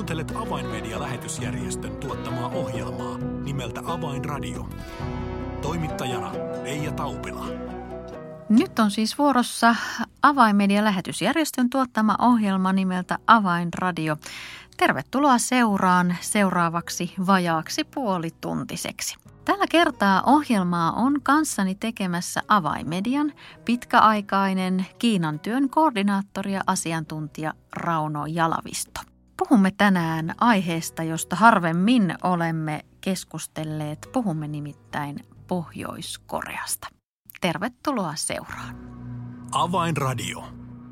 Kuuntelet Avainmedia-lähetysjärjestön tuottamaa ohjelmaa nimeltä Avainradio. Toimittajana Eija Taupila. Nyt on siis vuorossa Avainmedia-lähetysjärjestön tuottama ohjelma nimeltä Avainradio. Tervetuloa seuraan seuraavaksi vajaaksi puolituntiseksi. Tällä kertaa ohjelmaa on kanssani tekemässä Avainmedian pitkäaikainen Kiinan työn koordinaattori ja asiantuntija Rauno Jalavisto. Puhumme tänään aiheesta, josta harvemmin olemme keskustelleet. Puhumme nimittäin Pohjois-Koreasta. Tervetuloa seuraan. Avainradio.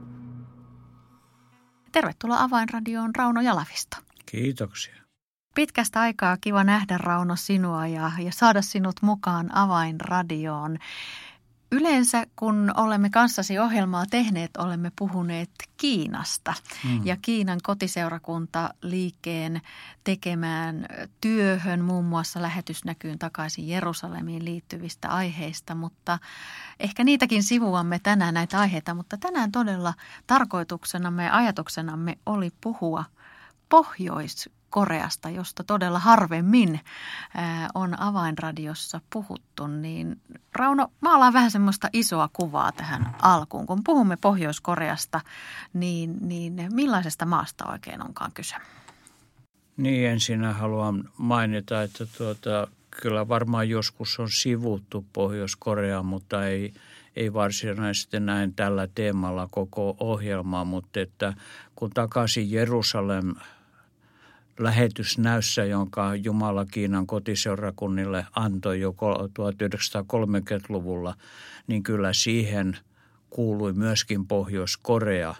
Tervetuloa Avainradioon Rauno Jalavisto. Kiitoksia. Pitkästä aikaa kiva nähdä Rauno sinua ja saada sinut mukaan Avainradioon. Yleensä kun olemme kanssasi ohjelmaa tehneet, olemme puhuneet Kiinasta ja Kiinan kotiseurakuntaliikkeen tekemään työhön, muun muassa lähetysnäkyyn takaisin Jerusalemiin liittyvistä aiheista, mutta ehkä niitäkin sivuamme tänään näitä aiheita, mutta tänään todella tarkoituksenamme ja ajatuksenamme oli puhua Pohjois-Koreasta, josta todella harvemmin on Avainradiossa puhuttu, niin Rauno, maalaan vähän semmoista isoa kuvaa tähän alkuun. Kun puhumme Pohjois-Koreasta, niin millaisesta maasta oikein onkaan kyse? Niin, ensin haluan mainita, että kyllä varmaan joskus on sivuttu Pohjois-Koreaa, mutta ei varsinaisesti näin tällä teemalla koko ohjelmaa, mutta että kun takaisin Jerusalem lähetysnäyssä, jonka Jumala Kiinan kotiseurakunnille antoi jo 1930-luvulla, niin kyllä siihen kuului myöskin Pohjois-Korea,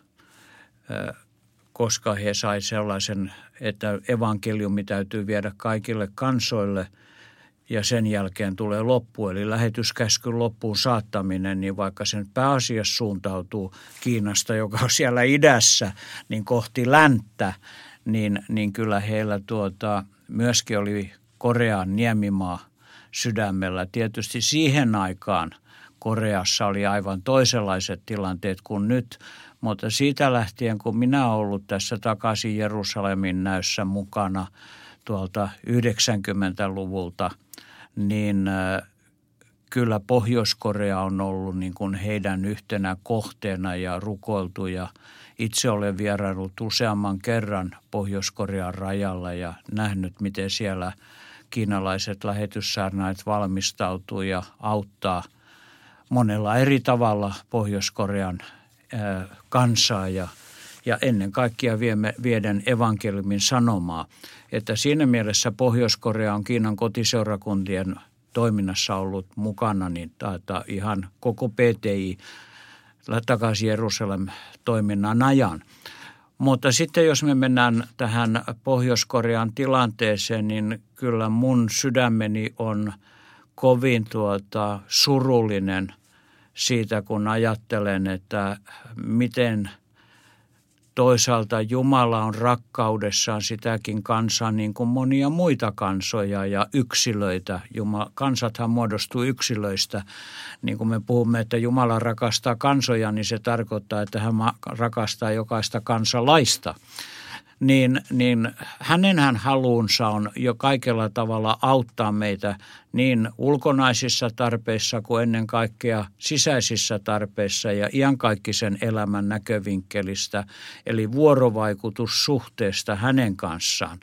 koska he sai sellaisen, että evankeliumi täytyy viedä kaikille kansoille ja sen jälkeen tulee loppu, eli lähetyskäskyn loppuun saattaminen, niin vaikka sen pääasiassa suuntautuu Kiinasta, joka on siellä idässä, niin kohti länttä, niin kyllä heillä myöskin oli Korean niemimaa sydämellä. Tietysti siihen aikaan Koreassa oli aivan toisenlaiset tilanteet kuin nyt, mutta siitä lähtien, kun minä olen ollut tässä takaisin Jerusalemin näyssä mukana tuolta 90-luvulta, niin kyllä Pohjois-Korea on ollut niin kuin heidän yhtenä kohteena ja rukoiltu ja itse olen vieraillut useamman kerran Pohjois-Korean rajalla ja nähnyt, miten siellä kiinalaiset lähetyssaarnaajat valmistautuu ja auttaa monella eri tavalla Pohjois-Korean kansaa ja ennen kaikkea vieden evankeliumin sanomaa. Että siinä mielessä Pohjois-Korea on Kiinan kotiseurakuntien toiminnassa ollut mukana, niin ihan koko PTI takaisin Jerusalem-toiminnan ajan. Mutta sitten jos me mennään tähän Pohjois-Korean tilanteeseen, niin kyllä mun sydämeni on kovin surullinen siitä, kun ajattelen, että miten toisaalta Jumala on rakkaudessaan sitäkin kansaa niin kuin monia muita kansoja ja yksilöitä. Kansathan muodostuu yksilöistä. Niin kuin me puhumme, että Jumala rakastaa kansoja, niin se tarkoittaa, että hän rakastaa jokaista kansalaista. Niin hänenhän haluunsa on jo kaikella tavalla auttaa meitä niin ulkonaisissa tarpeissa kuin ennen kaikkea sisäisissä tarpeissa ja iankaikkisen elämän näkövinkkelistä, eli vuorovaikutussuhteesta hänen kanssaan.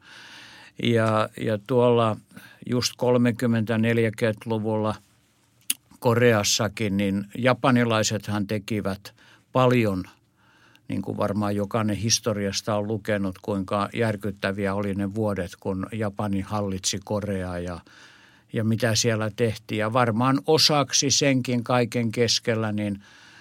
Ja tuolla just 30-40-luvulla Koreassakin, niin japanilaisethan tekivät paljon, niin kuin varmaan jokainen historiasta on lukenut, kuinka järkyttäviä oli ne vuodet, kun Japani hallitsi Koreaa ja mitä siellä tehtiin. Ja varmaan osaksi senkin kaiken keskellä, niin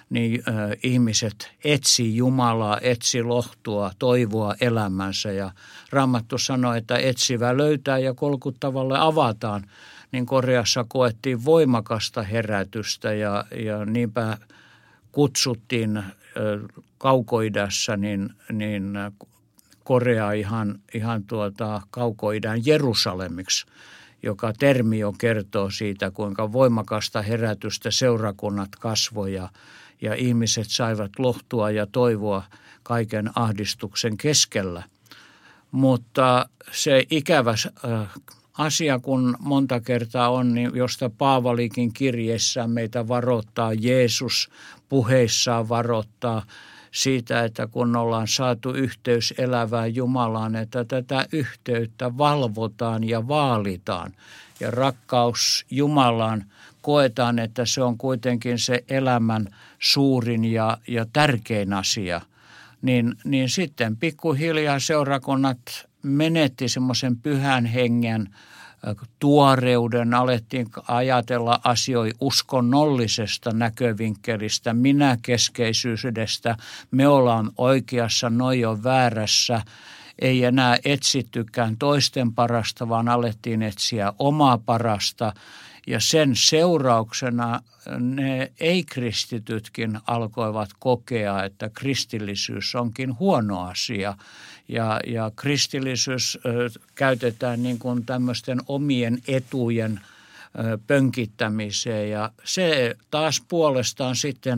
ihmiset etsi Jumalaa, etsi lohtua, toivoa elämänsä. Ja Raamattu sanoi, että etsivä löytää ja kolkuttavalle avataan. Niin Koreassa koettiin voimakasta herätystä ja niinpä kutsuttiin Kaukoidässä niin Korea ihan Kaukoidän Jerusalemiksi, joka termi jo kertoo siitä, kuinka voimakasta herätystä seurakunnat kasvoivat ja ihmiset saivat lohtua ja toivoa kaiken ahdistuksen keskellä. Mutta se ikävä asia, kun monta kertaa on, niin josta Paavalikin kirjeessään meitä varoittaa, Jeesus puheissaan varoittaa siitä, että kun ollaan saatu yhteys elävään Jumalaan, että tätä yhteyttä valvotaan ja vaalitaan. Ja rakkaus Jumalaan koetaan, että se on kuitenkin se elämän suurin ja tärkein asia. Niin sitten pikkuhiljaa seurakunnat menetti semmoisen pyhän hengen tuoreuden, alettiin ajatella asioita uskonnollisesta näkövinkkelistä, minäkeskeisyydestä, me ollaan oikeassa, noi on väärässä, ei enää etsittykään toisten parasta, vaan alettiin etsiä omaa parasta. Ja sen seurauksena ne ei-kristitytkin alkoivat kokea, että kristillisyys onkin huono asia. Ja kristillisyys käytetään niin kuin tämmöisten omien etujen pönkittämiseen. Ja se taas puolestaan sitten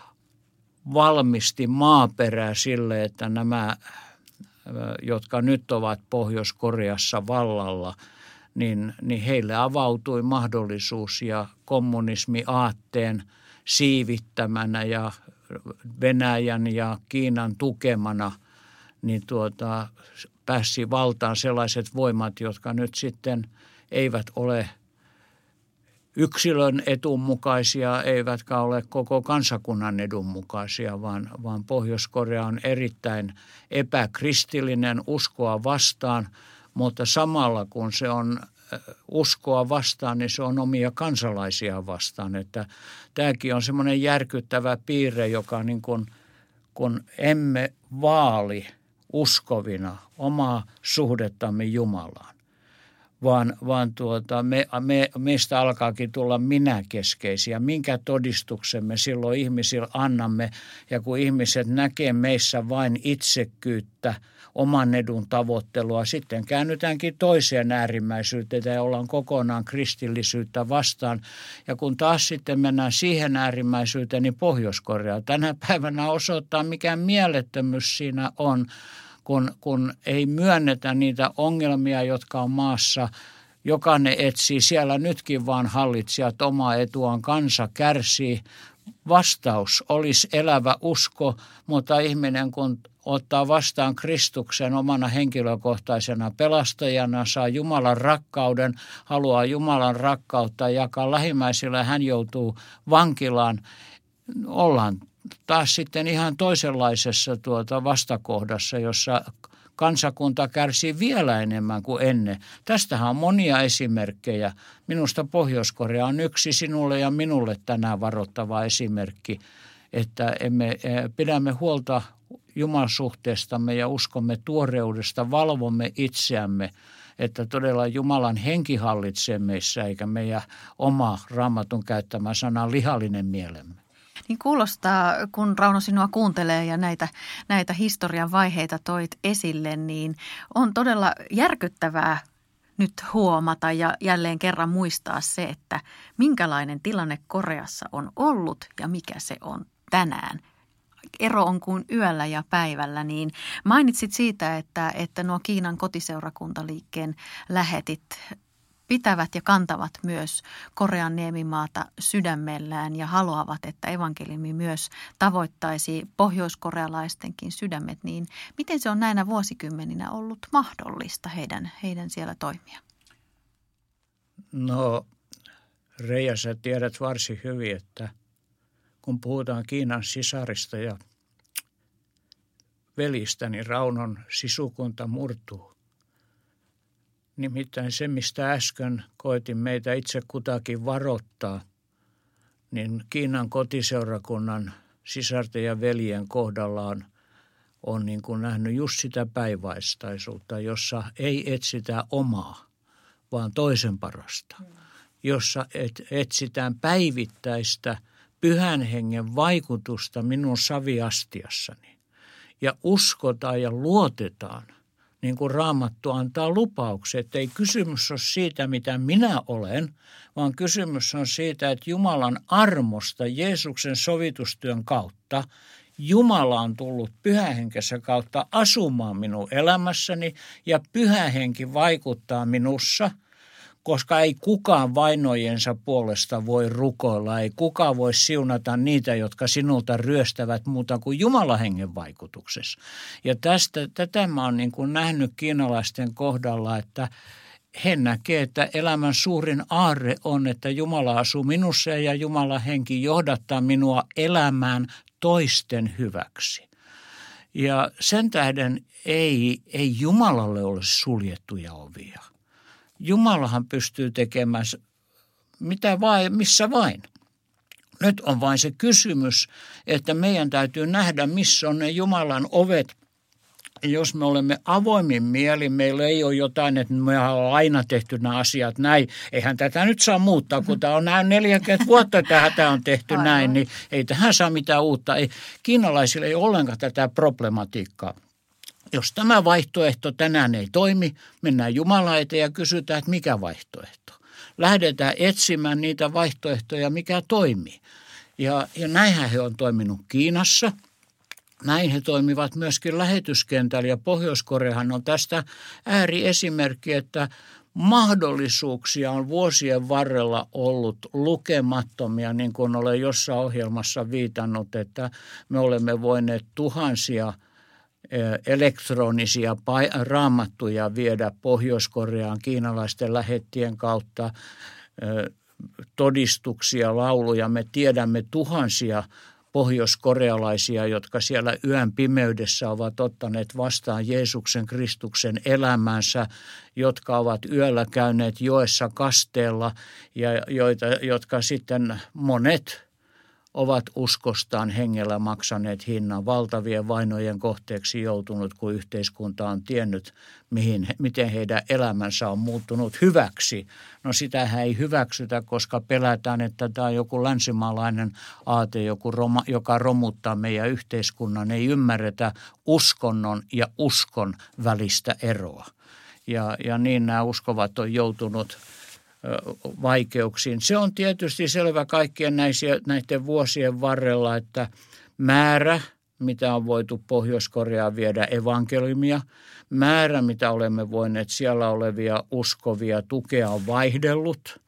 valmisti maaperää sille, että nämä, jotka nyt ovat Pohjois-Koreassa vallalla, niin heille avautui mahdollisuus ja kommunismi-aatteen siivittämänä ja Venäjän ja Kiinan tukemana niin pääsi valtaan sellaiset voimat, jotka nyt sitten eivät ole yksilön edun mukaisia, eivätkä ole koko kansakunnan edun mukaisia, vaan Pohjois-Korea on erittäin epäkristillinen uskoa vastaan, mutta samalla kun se on uskoa vastaan, niin se on omia kansalaisia vastaan. Että tämäkin on semmoinen järkyttävä piirre, joka niin kun emme vaali uskovina omaa suhdettamme Jumalaan, vaan meistä alkaakin tulla minäkeskeisiä. Minkä todistuksen me silloin ihmisille annamme, ja kun ihmiset näkee meissä vain itsekkyyttä, oman edun tavoittelua, sitten käännytäänkin toiseen äärimmäisyyteen ja ollaan kokonaan kristillisyyttä vastaan. Ja kun taas sitten mennään siihen äärimmäisyyteen, niin Pohjois-Korea tänä päivänä osoittaa, mikä mielettömyys siinä on, kun ei myönnetä niitä ongelmia, jotka on maassa. Jokainen etsii siellä nytkin vaan hallitsijat omaa etuaan, kansa kärsii. Vastaus olisi elävä usko, mutta ihminen kun ottaa vastaan Kristuksen omana henkilökohtaisena pelastajana, saa Jumalan rakkauden, haluaa Jumalan rakkautta jakaa lähimmäisille, hän joutuu vankilaan. Ollaan taas sitten ihan toisenlaisessa vastakohdassa, jossa kansakunta kärsii vielä enemmän kuin ennen. Tästähän on monia esimerkkejä. Minusta Pohjois-Korea on yksi sinulle ja minulle tänään varoittava esimerkki, että pidämme huolta Jumalasuhteestamme ja uskomme tuoreudesta, valvomme itseämme, että todella Jumalan henki hallitsee meissä, eikä meidän oma Raamatun käyttämä sana lihallinen mielemme. Niin kuulostaa, kun Rauno sinua kuuntelee ja näitä historian vaiheita toit esille, niin on todella järkyttävää nyt huomata ja jälleen kerran muistaa se, että minkälainen tilanne Koreassa on ollut ja mikä se on tänään. Ero on kuin yöllä ja päivällä, niin mainitsit siitä, että nuo Kiinan kotiseurakuntaliikkeen lähetit pitävät ja kantavat myös Korean niemimaata sydämellään ja haluavat, että evankeliumi myös tavoittaisi pohjoiskorealaistenkin sydämet, niin miten se on näinä vuosikymmeninä ollut mahdollista heidän siellä toimia? No Reija, sä tiedät varsin hyvin, että kun puhutaan Kiinan sisarista ja velistä, niin Raunon sisukunta murtuu. Nimittäin se, mistä äsken koitin meitä itse kutakin varoittaa, niin Kiinan kotiseurakunnan sisarten ja veljen kohdallaan on niin kuin nähnyt just sitä päinvaistaisuutta, jossa ei etsitä omaa, vaan toisen parasta. Jossa etsitään päivittäistä pyhän hengen vaikutusta minun saviastiassani. Ja uskotaan ja luotetaan, niin kuin Raamattu antaa lupaukset, että ei kysymys ole siitä, mitä minä olen, vaan kysymys on siitä, että Jumalan armosta Jeesuksen sovitustyön kautta Jumala on tullut pyhähenkensä kautta asumaan minun elämässäni ja pyhähenki vaikuttaa minussa, koska ei kukaan vainojensa puolesta voi rukoilla, ei kukaan voi siunata niitä, jotka sinulta ryöstävät muuta kuin Jumalan hengen vaikutuksessa. Ja tätä mä oon niin kuin nähnyt kiinalaisten kohdalla, että he näkee, että elämän suurin aarre on, että Jumala asuu minussa ja Jumalan henki johdattaa minua elämään toisten hyväksi. Ja sen tähden ei Jumalalle ole suljettuja ovia. Jumalahan pystyy tekemään mitä vain, missä vain. Nyt on vain se kysymys, että meidän täytyy nähdä, missä on ne Jumalan ovet. Jos me olemme avoimin mielin, meillä ei ole jotain, että me ollaan aina tehty nämä asiat näin. Eihän tätä nyt saa muuttaa, kun tämä on näin 40 vuotta tämä on tehty näin, niin ei tähän saa mitään uutta. Kiinalaisilla ei ole ollenkaan tätä problematiikkaa. Jos tämä vaihtoehto tänään ei toimi, mennään Jumalan eteen ja kysytään, että mikä vaihtoehto. Lähdetään etsimään niitä vaihtoehtoja, mikä toimii. Ja näinhän he on toiminut Kiinassa. Näin he toimivat myöskin lähetyskentällä ja Pohjois-Koreahan on tästä ääriesimerkki, että mahdollisuuksia on vuosien varrella ollut lukemattomia, niin kuin olen jossain ohjelmassa viitannut, että me olemme voineet tuhansia elektronisia raamattuja viedä Pohjois-Koreaan kiinalaisten lähettien kautta, todistuksia, lauluja. Me tiedämme tuhansia pohjoiskorealaisia, jotka siellä yön pimeydessä ovat ottaneet vastaan Jeesuksen Kristuksen elämänsä, jotka ovat yöllä käyneet joessa kasteella ja jotka sitten monet ovat uskostaan hengellä maksaneet hinnan, valtavien vainojen kohteeksi joutunut, kun yhteiskunta on tiennyt, miten heidän elämänsä on muuttunut hyväksi. No sitähän ei hyväksytä, koska pelätään, että tämä on joku länsimaalainen aate, joka romuttaa meidän yhteiskunnan. Ei ymmärretä uskonnon ja uskon välistä eroa. Ja niin nämä uskovat on joutunut vaikeuksiin. Se on tietysti selvä kaikkien näiden vuosien varrella, että määrä, mitä on voitu Pohjois-Koreaan viedä evankeliumia, määrä, mitä olemme voineet siellä olevia uskovia tukea, on vaihdellut,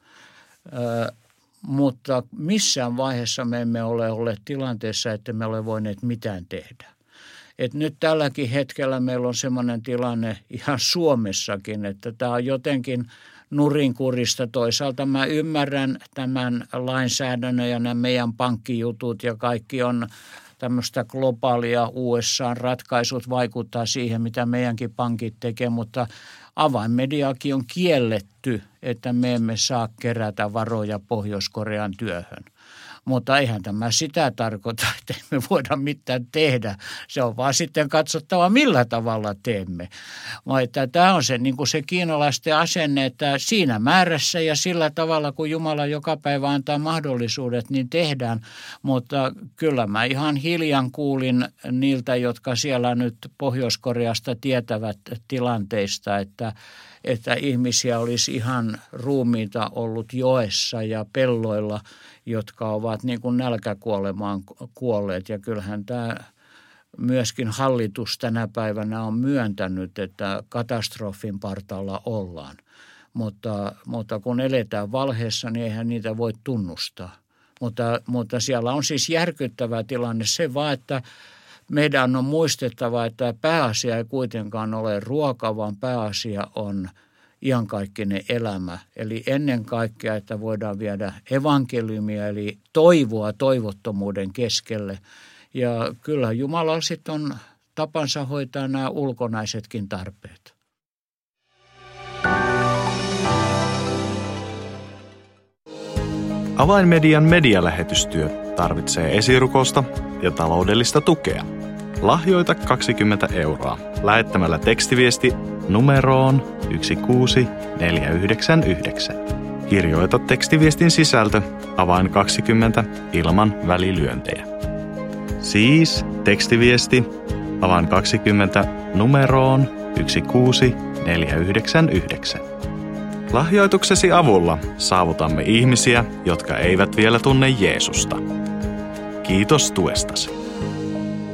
mutta missään vaiheessa me emme ole olleet tilanteessa, että me ole voineet mitään tehdä. Et nyt tälläkin hetkellä meillä on sellainen tilanne ihan Suomessakin, että tämä on jotenkin nurinkurista. Toisaalta mä ymmärrän tämän lainsäädännön ja nämä meidän pankkijutut ja kaikki on tämmöistä globaalia USA-ratkaisut vaikuttaa siihen, mitä meidänkin pankit tekee, mutta avainmediakin on kielletty, että me emme saa kerätä varoja Pohjois-Korean työhön. Mutta eihän tämä sitä tarkoita, että emme voida mitään tehdä. Se on vaan sitten katsottava, millä tavalla teemme. Mutta tämä on se, niin kuin se kiinalaisten asenne, että siinä määrässä ja sillä tavalla, kun Jumala joka päivä antaa mahdollisuudet, niin tehdään. Mutta kyllä mä ihan hiljan kuulin niiltä, jotka siellä nyt Pohjois-Koreasta tietävät tilanteista, että ihmisiä olisi ihan ruumiita ollut joessa ja pelloilla, jotka ovat niin kuin nälkäkuolemaan kuolleet. Ja kyllähän tämä myöskin hallitus tänä päivänä on myöntänyt, että katastrofin partaalla ollaan. Mutta kun eletään valheessa, niin eihän niitä voi tunnustaa. Mutta siellä on siis järkyttävä tilanne se vaan, että meidän on muistettava, että pääasia ei kuitenkaan ole ruoka, vaan pääasia on iankaikkinen elämä. Eli ennen kaikkea, että voidaan viedä evankeliumia, eli toivoa toivottomuuden keskelle. Ja kyllä Jumala sitten on tapansa hoitaa nämä ulkonaisetkin tarpeet. Avainmedian medialähetystyö tarvitsee esirukousta ja taloudellista tukea. Lahjoita 20 € lähettämällä tekstiviesti numeroon 16499. Kirjoita tekstiviestin sisältö avain 20 ilman välilyöntejä. Siis tekstiviesti avain 20 numeroon 16499. Lahjoituksesi avulla saavutamme ihmisiä, jotka eivät vielä tunne Jeesusta. Kiitos tuestasi.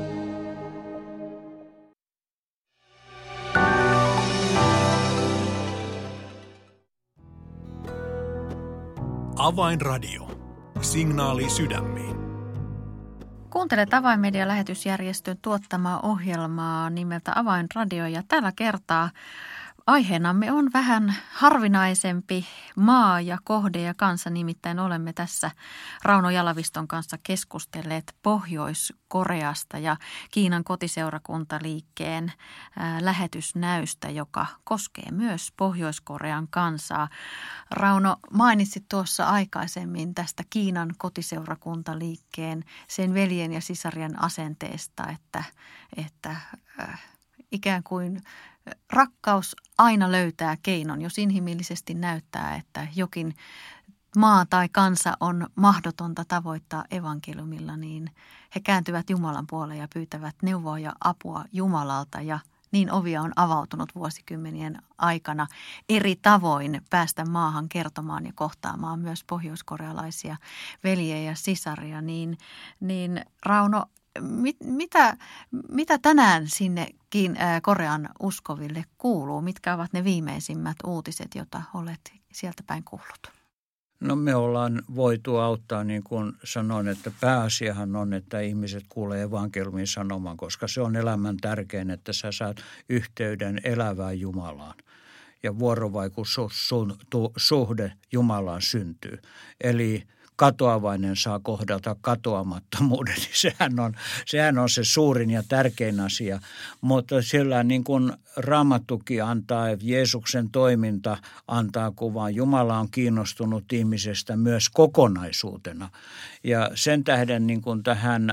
Avainradio. Signaali sydämiin. Kuuntelet Avainmedia-lähetysjärjestön tuottamaa ohjelmaa nimeltä Avainradio ja tällä kertaa aiheenamme on vähän harvinaisempi maa ja kohde ja kansa, nimittäin olemme tässä Rauno Jalaviston kanssa keskustelleet Pohjois-Koreasta ja Kiinan kotiseurakuntaliikkeen lähetysnäystä, joka koskee myös Pohjois-Korean kansaa. Rauno, mainitsit tuossa aikaisemmin tästä Kiinan kotiseurakuntaliikkeen, sen veljen ja sisarien asenteesta, että ikään kuin rakkaus aina löytää keinon, jos inhimillisesti näyttää, että jokin maa tai kansa on mahdotonta tavoittaa evankeliumilla, niin he kääntyvät Jumalan puoleen ja pyytävät neuvoa ja apua Jumalalta ja niin ovia on avautunut vuosikymmenien aikana eri tavoin päästä maahan kertomaan ja kohtaamaan myös pohjoiskorealaisia veljejä ja sisaria, niin Rauno, mitä tänään sinnekin Korean uskoville kuuluu? Mitkä ovat ne viimeisimmät uutiset, joita olet sieltä päin kuullut? No me ollaan voitu auttaa, niin kuin sanoin, että pääasiahan on, että ihmiset kuulee evankeliumin sanoman, koska se on elämän tärkein, että sä saat yhteyden elävään Jumalaan. Ja vuorovaikutussuhde Jumalaan syntyy. Eli katoavainen saa kohdata katoamattomuuden, niin sehän on se suurin ja tärkein asia. Mutta sillä niin kuin Raamattukin antaa, Jeesuksen toiminta antaa kuvan, Jumala on kiinnostunut ihmisestä myös kokonaisuutena. Ja sen tähden niin kuin tähän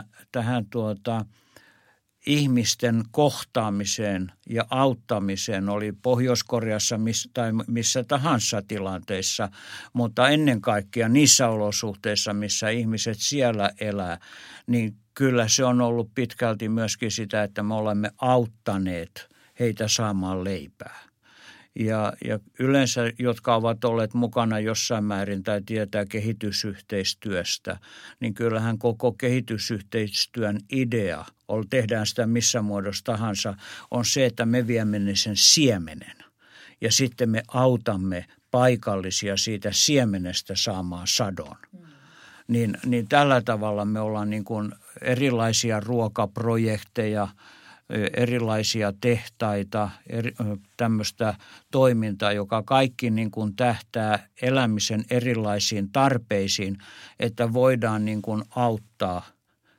ihmisten kohtaamiseen ja auttamiseen oli Pohjois-Koreassa tai missä tahansa tilanteissa, mutta ennen kaikkea niissä olosuhteissa, missä ihmiset siellä elää, niin kyllä se on ollut pitkälti myöskin sitä, että me olemme auttaneet heitä saamaan leipää. Ja yleensä, jotka ovat olleet mukana jossain määrin tai tietää kehitysyhteistyöstä, niin kyllähän koko kehitysyhteistyön idea, tehdään sitä missä muodossa tahansa, on se, että me viemme sen siemenen. Ja sitten me autamme paikallisia siitä siemenestä saamaan sadon. Niin tällä tavalla me ollaan niin kuin erilaisia ruokaprojekteja, erilaisia tehtaita, tämmöistä toimintaa, joka kaikki niin kuin tähtää elämisen erilaisiin tarpeisiin, että voidaan niin kuin auttaa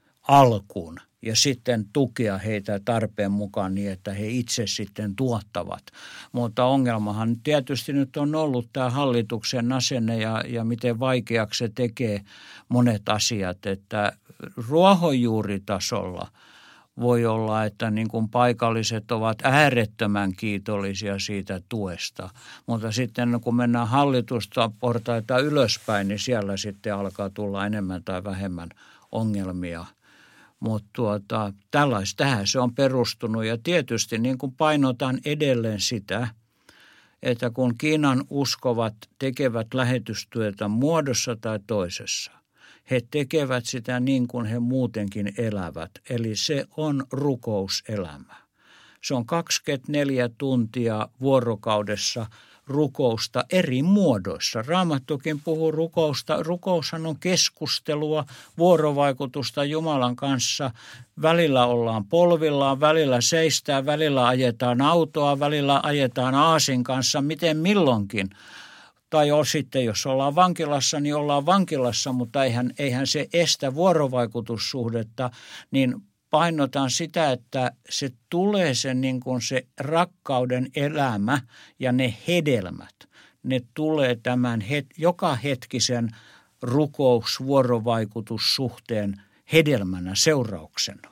alkuun ja sitten tukea heitä tarpeen mukaan niin, että he itse sitten tuottavat. Mutta ongelmahan tietysti nyt on ollut tämä hallituksen asenne ja miten vaikeaksi se tekee monet asiat, että ruohonjuuritasolla voi olla, että niin kuin paikalliset ovat äärettömän kiitollisia siitä tuesta, mutta sitten kun mennään hallitusta portaita ylöspäin, niin siellä sitten alkaa tulla enemmän tai vähemmän ongelmia. Mutta tähän se on perustunut ja tietysti niin kuin painotan edelleen sitä, että kun Kiinan uskovat tekevät lähetystyötä muodossa tai toisessa, he tekevät sitä niin kuin he muutenkin elävät, eli se on rukouselämä. Se on 24 tuntia vuorokaudessa rukousta eri muodoissa. Raamattukin puhuu rukousta. Rukoushan on keskustelua, vuorovaikutusta Jumalan kanssa. Välillä ollaan polvillaan, välillä seistään, välillä ajetaan autoa, välillä ajetaan aasin kanssa, miten milloinkin. Tai sitten jos ollaan vankilassa, niin ollaan vankilassa, mutta eihän se estä vuorovaikutussuhdetta, niin painotan sitä, että se tulee niin kuin se rakkauden elämä ja ne hedelmät. Ne tulee tämän joka hetkisen rukousvuorovaikutussuhteen hedelmänä, seurauksena.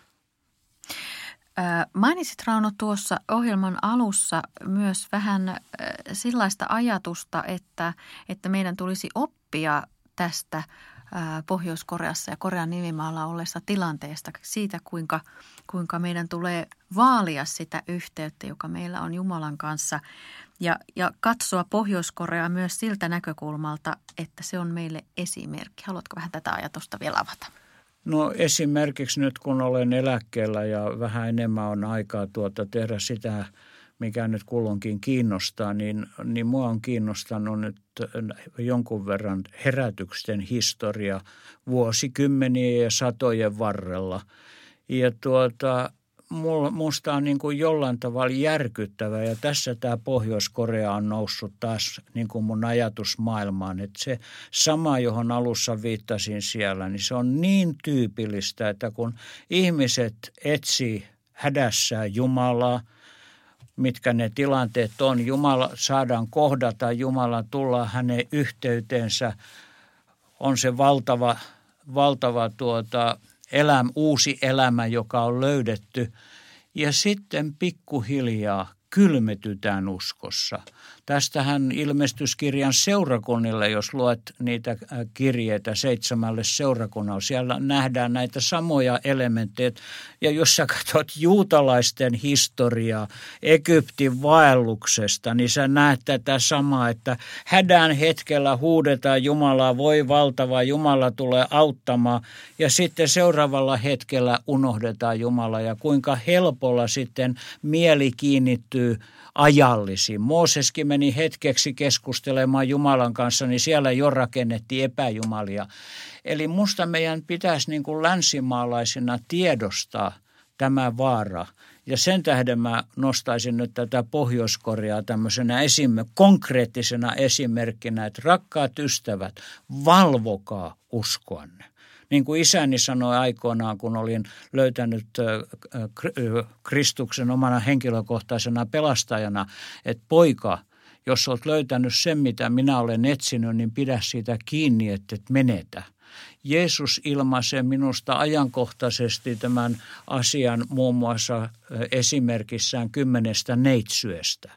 Mainitsit, Rauno, tuossa ohjelman alussa myös vähän sellaista ajatusta, että meidän tulisi oppia tästä Pohjois-Koreassa ja Korean niemimaalla olleesta tilanteesta, siitä kuinka meidän tulee vaalia sitä yhteyttä, joka meillä on Jumalan kanssa ja katsoa Pohjois-Koreaa myös siltä näkökulmalta, että se on meille esimerkki. Haluatko vähän tätä ajatusta vielä avata? No esimerkiksi nyt kun olen eläkkeellä ja vähän enemmän on aikaa tehdä sitä, mikä nyt kulloinkin kiinnostaa, niin mua on kiinnostanut nyt jonkun verran herätyksen historia vuosikymmenien ja satojen varrella. Ja musta on niin kuin jollain tavalla järkyttävä, ja tässä tämä Pohjois-Korea on noussut taas niin kuin mun ajatusmaailmaan, että se sama, johon alussa viittasin siellä, niin se on niin tyypillistä, että kun ihmiset etsii hädässään Jumalaa, mitkä ne tilanteet on, Jumala saadaan kohdata, Jumala tulla hänen yhteyteensä, on se valtava uusi elämä, joka on löydetty, ja sitten pikkuhiljaa kylmetytään uskossa. Tästähän ilmestyskirjan seurakunnille, jos luet niitä kirjeitä 7 seurakunnalle, siellä nähdään näitä samoja elementtejä. Ja jos sä katsot juutalaisten historiaa Egyptin vaelluksesta, niin sä näet tätä samaa, että hädän hetkellä huudetaan Jumalaa, voi valtava, Jumala tulee auttamaan. Ja sitten seuraavalla hetkellä unohdetaan Jumala, ja kuinka helpolla sitten mieli kiinnittyy ajallisiin. Mooseskin meni hetkeksi keskustelemaan Jumalan kanssa, niin siellä jo rakennettiin epäjumalia. Eli musta meidän pitäisi niin kuin länsimaalaisina tiedostaa tämä vaara. Ja sen tähden mä nostaisin nyt tätä Pohjois-Koreaa tämmöisenä konkreettisena esimerkkinä, että rakkaat ystävät, valvokaa uskoanne. Niin kuin isäni sanoi aikoinaan, kun olin löytänyt Kristuksen omana henkilökohtaisena pelastajana, että poika, jos olet löytänyt sen, mitä minä olen etsinyt, niin pidä siitä kiinni, että et menetä. Jeesus ilmaisee minusta ajankohtaisesti tämän asian muun muassa esimerkissään 10 neitsyöstä.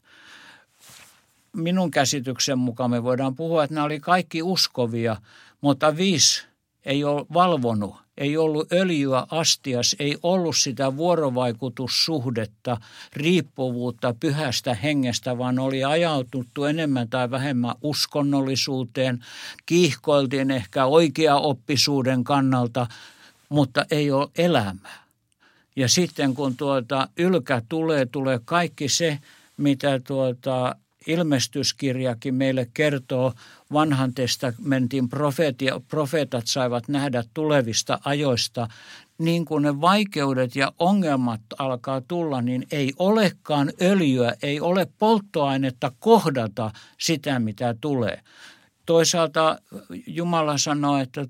Minun käsityksen mukaan me voidaan puhua, että nämä oli kaikki uskovia, mutta 5 ei ole valvonut, ei ollut öljyä astias, ei ollut sitä vuorovaikutussuhdetta, riippuvuutta pyhästä hengestä, vaan oli ajaututtu enemmän tai vähemmän uskonnollisuuteen, kiihkoiltiin ehkä oikeaoppisuuden kannalta, mutta ei ole elämää. Ja sitten kun ylkä tulee kaikki se, mitä ilmestyskirjakin meille kertoo, vanhan testamentin profeetat saivat nähdä tulevista ajoista, niin kun ne vaikeudet ja ongelmat alkaa tulla, niin ei olekaan öljyä, ei ole polttoainetta kohdata sitä, mitä tulee. Toisaalta Jumala sanoo, että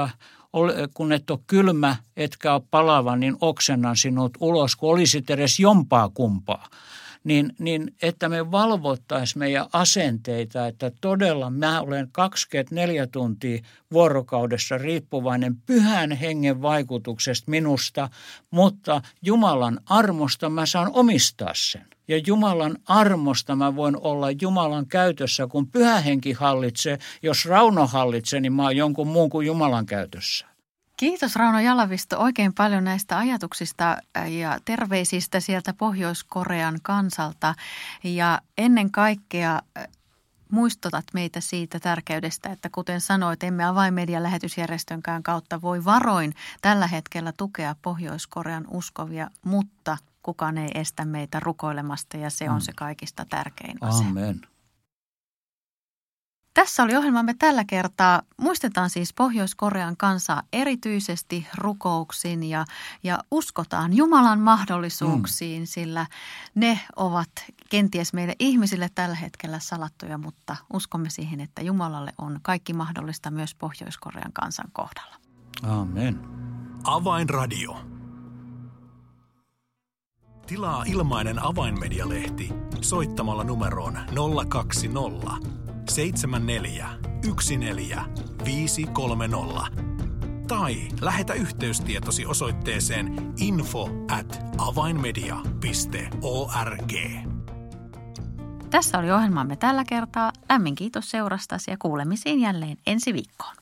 kun et ole kylmä, etkä ole palava, niin oksennan sinut ulos, kun olisit edes jompaa kumpaa. Niin että me valvottaisiin meidän asenteita, että todella mä olen 24 tuntia vuorokaudessa riippuvainen pyhän hengen vaikutuksesta minusta, mutta Jumalan armosta mä saan omistaa sen. Ja Jumalan armosta mä voin olla Jumalan käytössä, kun pyhä henki hallitsee. Jos Rauno hallitsee, niin mä oon jonkun muun kuin Jumalan käytössä. Kiitos Rauno Jalavisto oikein paljon näistä ajatuksista ja terveisistä sieltä Pohjois-Korean kansalta. Ja ennen kaikkea muistutat meitä siitä tärkeydestä, että kuten sanoit, emme Avainmedian lähetysjärjestönkään kautta voi varoin tällä hetkellä tukea Pohjois-Korean uskovia, mutta kukaan ei estä meitä rukoilemasta ja se on se kaikista tärkein asia. Amen. Tässä oli ohjelmamme tällä kertaa. Muistetaan siis Pohjois-Korean kansaa erityisesti rukouksin ja uskotaan Jumalan mahdollisuuksiin, sillä ne ovat kenties meille ihmisille tällä hetkellä salattuja, mutta uskomme siihen, että Jumalalle on kaikki mahdollista myös Pohjois-Korean kansan kohdalla. Amen. Avainradio. Tilaa ilmainen Avainmedia-lehti soittamalla numeroon 020 74 14 530 tai lähetä yhteystietosi osoitteeseen info@avainmedia.org. Tässä oli ohjelmamme tällä kertaa. Lämmin kiitos seurastasi ja kuulemisiin jälleen ensi viikkoon.